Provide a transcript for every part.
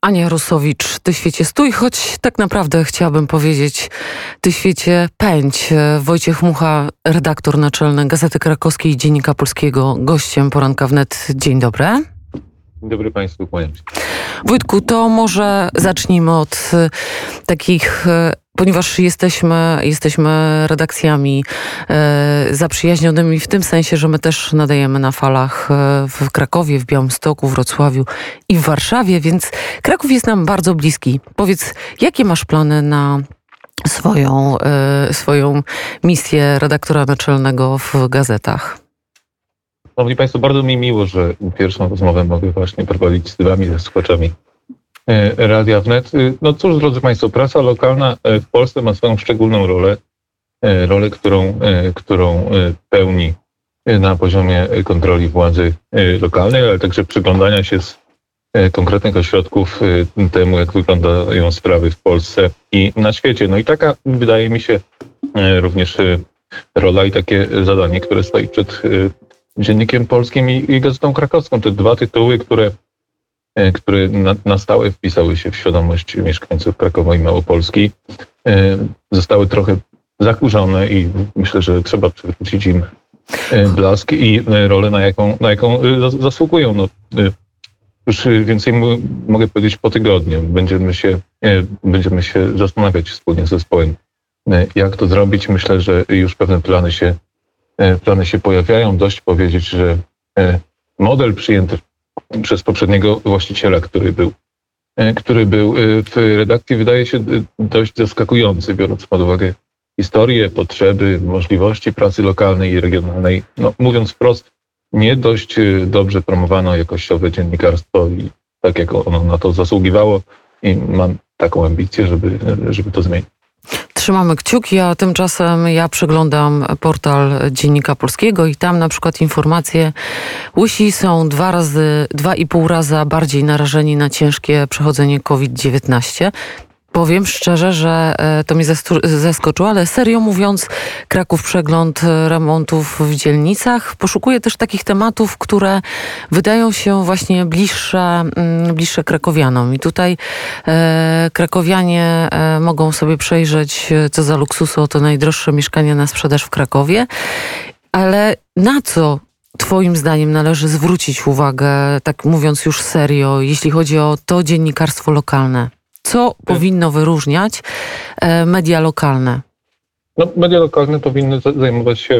Ania Rusowicz, Ty świecie stój, choć tak naprawdę chciałabym powiedzieć Ty świecie pędź. Wojciech Mucha, redaktor naczelny Gazety Krakowskiej i Dziennika Polskiego, gościem Poranka Wnet. Dzień dobry. Dzień dobry Państwu, kłaniam się. Wojtku, to może zacznijmy od takich, ponieważ jesteśmy redakcjami zaprzyjaźnionymi w tym sensie, że my też nadajemy na falach w Krakowie, w Białymstoku, Wrocławiu i w Warszawie, więc Kraków jest nam bardzo bliski. Powiedz, jakie masz plany na swoją misję redaktora naczelnego w gazetach? Szanowni Państwo, bardzo mi miło, że pierwszą rozmowę mogę właśnie prowadzić z Wami, ze słuchaczami Radia Wnet. No cóż, drodzy Państwo, prasa lokalna w Polsce ma swoją szczególną rolę, którą pełni na poziomie kontroli władzy lokalnej, ale także przyglądania się z konkretnych ośrodków temu, jak wyglądają sprawy w Polsce i na świecie. No i taka, wydaje mi się, również rola i takie zadanie, które stoi przed Dziennikiem Polskim i Gazetą Krakowską. Te dwa tytuły, które na stałe wpisały się w świadomość mieszkańców Krakowa i Małopolski, zostały trochę zakurzone i myślę, że trzeba przywrócić im blask i rolę, na jaką zasługują. No, już więcej mogę powiedzieć po tygodniu. Będziemy się zastanawiać wspólnie z zespołem, jak to zrobić. Myślę, że już pewne plany się pojawiają. Dość powiedzieć, że model przyjęty przez poprzedniego właściciela, który był w redakcji, wydaje się dość zaskakujący, biorąc pod uwagę historię, potrzeby, możliwości pracy lokalnej i regionalnej. No, mówiąc wprost, nie dość dobrze promowano jakościowe dziennikarstwo i tak jak ono na to zasługiwało, i mam taką ambicję, żeby to zmienić. Trzymamy kciuki, a tymczasem ja przeglądam portal Dziennika Polskiego i tam na przykład informacje: Łysi są 2,5 raza bardziej narażeni na ciężkie przechodzenie COVID-19. Powiem szczerze, że to mnie zaskoczyło, ale serio mówiąc, Kraków przegląd remontów w dzielnicach poszukuje też takich tematów, które wydają się właśnie bliższe krakowianom. I tutaj krakowianie mogą sobie przejrzeć, co za luksusy, oto najdroższe mieszkania na sprzedaż w Krakowie. Ale na co Twoim zdaniem należy zwrócić uwagę, tak mówiąc już serio, jeśli chodzi o to dziennikarstwo lokalne? Co powinno wyróżniać media lokalne? No, media lokalne powinny zajmować się,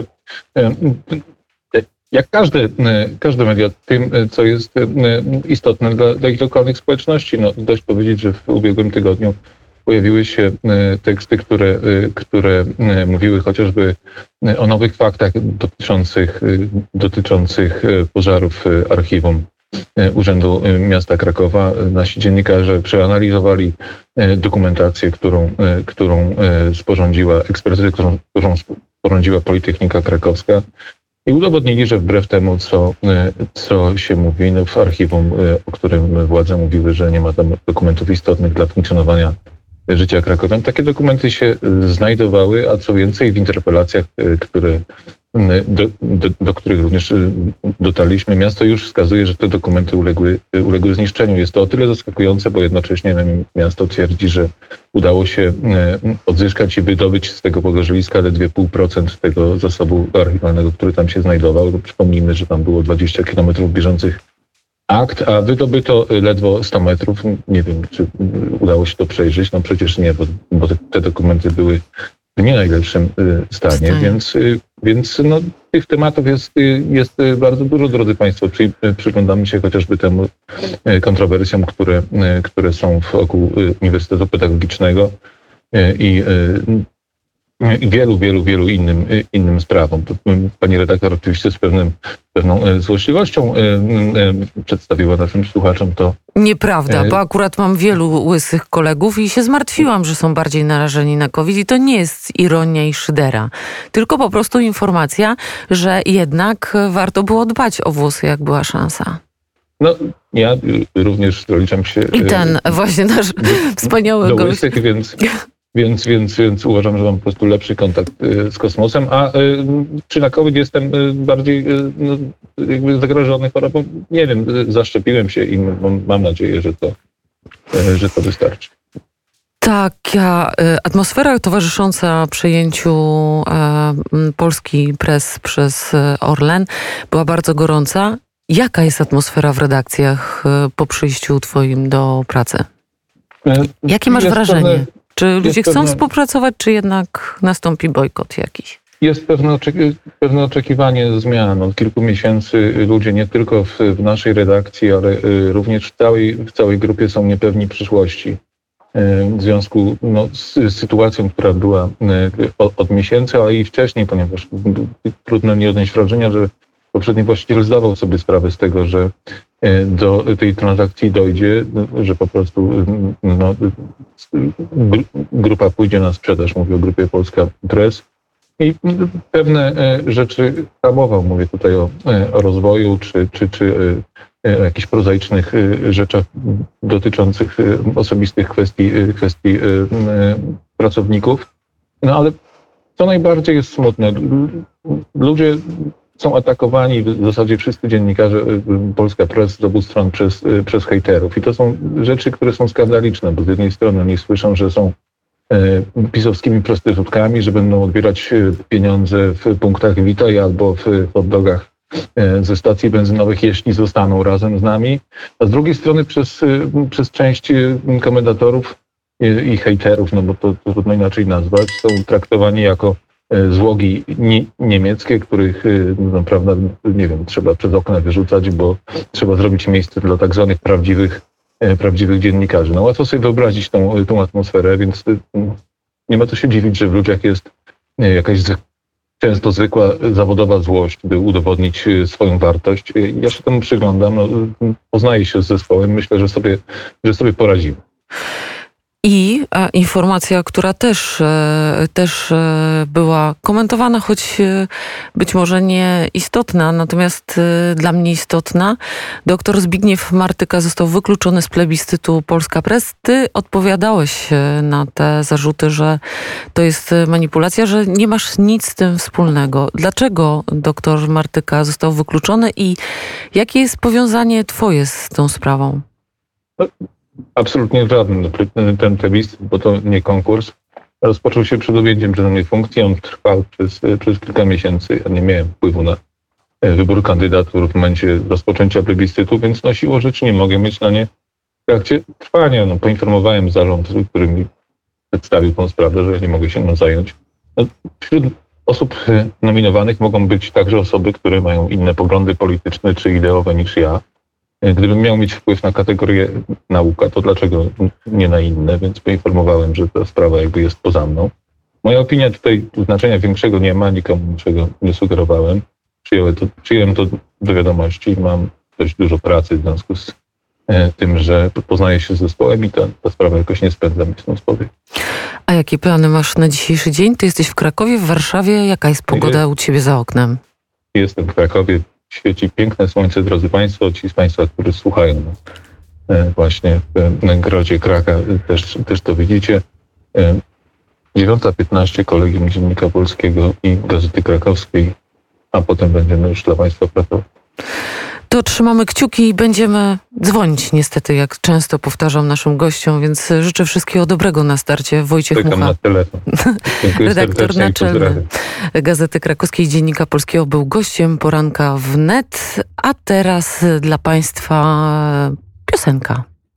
jak każde media, tym, co jest istotne dla ich lokalnych społeczności. No, dość powiedzieć, że w ubiegłym tygodniu pojawiły się teksty, które mówiły chociażby o nowych faktach dotyczących pożarów archiwum Urzędu Miasta Krakowa. Nasi dziennikarze przeanalizowali dokumentację, którą sporządziła ekspertyzę, którą sporządziła Politechnika Krakowska, i udowodnili, że wbrew temu, co się mówi w archiwum, o którym władze mówiły, że nie ma tam dokumentów istotnych dla funkcjonowania życia krakowian, takie dokumenty się znajdowały, a co więcej, w interpelacjach, do których również dotarliśmy, miasto już wskazuje, że te dokumenty uległy zniszczeniu. Jest to o tyle zaskakujące, bo jednocześnie miasto twierdzi, że udało się odzyskać i wydobyć z tego pogorzewiska ledwie 0,5% tego zasobu archiwalnego, który tam się znajdował. Przypomnijmy, że tam było 20 kilometrów bieżących akt, a wydobyto ledwo 100 metrów. Nie wiem, czy udało się to przejrzeć. No przecież nie, bo te dokumenty były w nie najlepszym stanie, więc no, tych tematów jest bardzo dużo, drodzy Państwo. Przyglądamy się chociażby temu kontrowersjom, które są wokół Uniwersytetu Pedagogicznego i wielu innym sprawom. Pani redaktor oczywiście z pewną złośliwością przedstawiła naszym słuchaczom to. Nieprawda, bo akurat mam wielu łysych kolegów i się zmartwiłam, że są bardziej narażeni na COVID, i to nie jest ironia i szydera, tylko po prostu informacja, że jednak warto było dbać o włosy, jak była szansa. No, ja również doliczam się i ten właśnie nasz wspaniały gość. Więc uważam, że mam po prostu lepszy kontakt z kosmosem, a czy na COVID jestem bardziej jakby zagrożony chorobą? Nie wiem, zaszczepiłem się i mam nadzieję, że to że to wystarczy. Taka atmosfera towarzysząca przejęciu Polski Press przez Orlen była bardzo gorąca. Jaka jest atmosfera w redakcjach po przyjściu twoim do pracy? Jakie masz wrażenie? Czy ludzie chcą współpracować, czy jednak nastąpi bojkot jakiś? Jest pewne oczekiwanie zmian. Od kilku miesięcy ludzie nie tylko w naszej redakcji, ale również w całej grupie są niepewni przyszłości. W związku z sytuacją, która była od miesięcy, ale i wcześniej, ponieważ trudno nie odnieść wrażenia, że poprzedni właściciel zdawał sobie sprawę z tego, że do tej transakcji dojdzie, że po prostu grupa pójdzie na sprzedaż. Mówię o grupie Polska Press. I pewne rzeczy hamował. Mówię tutaj o rozwoju czy jakichś prozaicznych rzeczach dotyczących osobistych kwestii pracowników. No ale co najbardziej jest smutne, ludzie są atakowani, w zasadzie wszyscy dziennikarze Polska Press z obu stron przez hejterów. I to są rzeczy, które są skandaliczne, bo z jednej strony oni słyszą, że są pisowskimi prostytutkami, że będą odbierać pieniądze w punktach Witaj albo w hot dogach ze stacji benzynowych, jeśli zostaną razem z nami. A z drugiej strony przez część komentatorów i hejterów, no bo to trudno inaczej nazwać, są traktowani jako złogi niemieckie, których naprawdę, nie wiem, trzeba przez okna wyrzucać, bo trzeba zrobić miejsce dla tak zwanych prawdziwych dziennikarzy. No łatwo sobie wyobrazić tą atmosferę, więc nie ma co się dziwić, że w ludziach jest jakaś często zwykła zawodowa złość, by udowodnić swoją wartość. Ja się temu przyglądam, poznaję się z zespołem, myślę, że sobie poradzimy. I informacja, która też była komentowana, choć być może nie istotna, natomiast dla mnie istotna. Doktor Zbigniew Martyka został wykluczony z plebiscytu Polska Press. Ty odpowiadałeś na te zarzuty, że to jest manipulacja, że nie masz nic z tym wspólnego. Dlaczego doktor Martyka został wykluczony i jakie jest powiązanie twoje z tą sprawą? Absolutnie żaden. Ten plebiscyt, bo to nie konkurs, rozpoczął się przed objęciem przeze mnie funkcji. On trwał przez kilka miesięcy. Ja nie miałem wpływu na wybór kandydatur w momencie rozpoczęcia plebiscytu, więc siłą rzeczy nie mogę mieć na nie w trakcie trwania. Poinformowałem zarząd, który mi przedstawił tą sprawę, że ja nie mogę się nią zająć. Wśród osób nominowanych mogą być także osoby, które mają inne poglądy polityczne czy ideowe niż ja. Gdybym miał mieć wpływ na kategorię nauka, to dlaczego nie na inne? Więc poinformowałem, że ta sprawa jest poza mną. Moja opinia tutaj znaczenia większego nie ma, nikomu niczego nie sugerowałem. Przyjąłem to do wiadomości. Mam dość dużo pracy w związku z tym, że poznaję się z zespołem i ta sprawa jakoś nie spędza myślą z powiek. A jakie plany masz na dzisiejszy dzień? Ty jesteś w Krakowie, w Warszawie. Jaka jest pogoda u ciebie za oknem? Jestem w Krakowie. Świeci piękne słońce, drodzy Państwo. Ci z Państwa, którzy słuchają właśnie w nagrodzie Kraka, też to widzicie. 9:15 Kolegium Dziennika Polskiego i Gazety Krakowskiej, a potem będziemy już dla Państwa pracować. To trzymamy kciuki i będziemy dzwonić niestety, jak często powtarzam naszym gościom, więc życzę wszystkiego dobrego na starcie. Wojciech Czekam Mucha, na telefon. redaktor naczelny Gazety Krakowskiej, Dziennika Polskiego, był gościem poranka wnet, a teraz dla Państwa piosenka.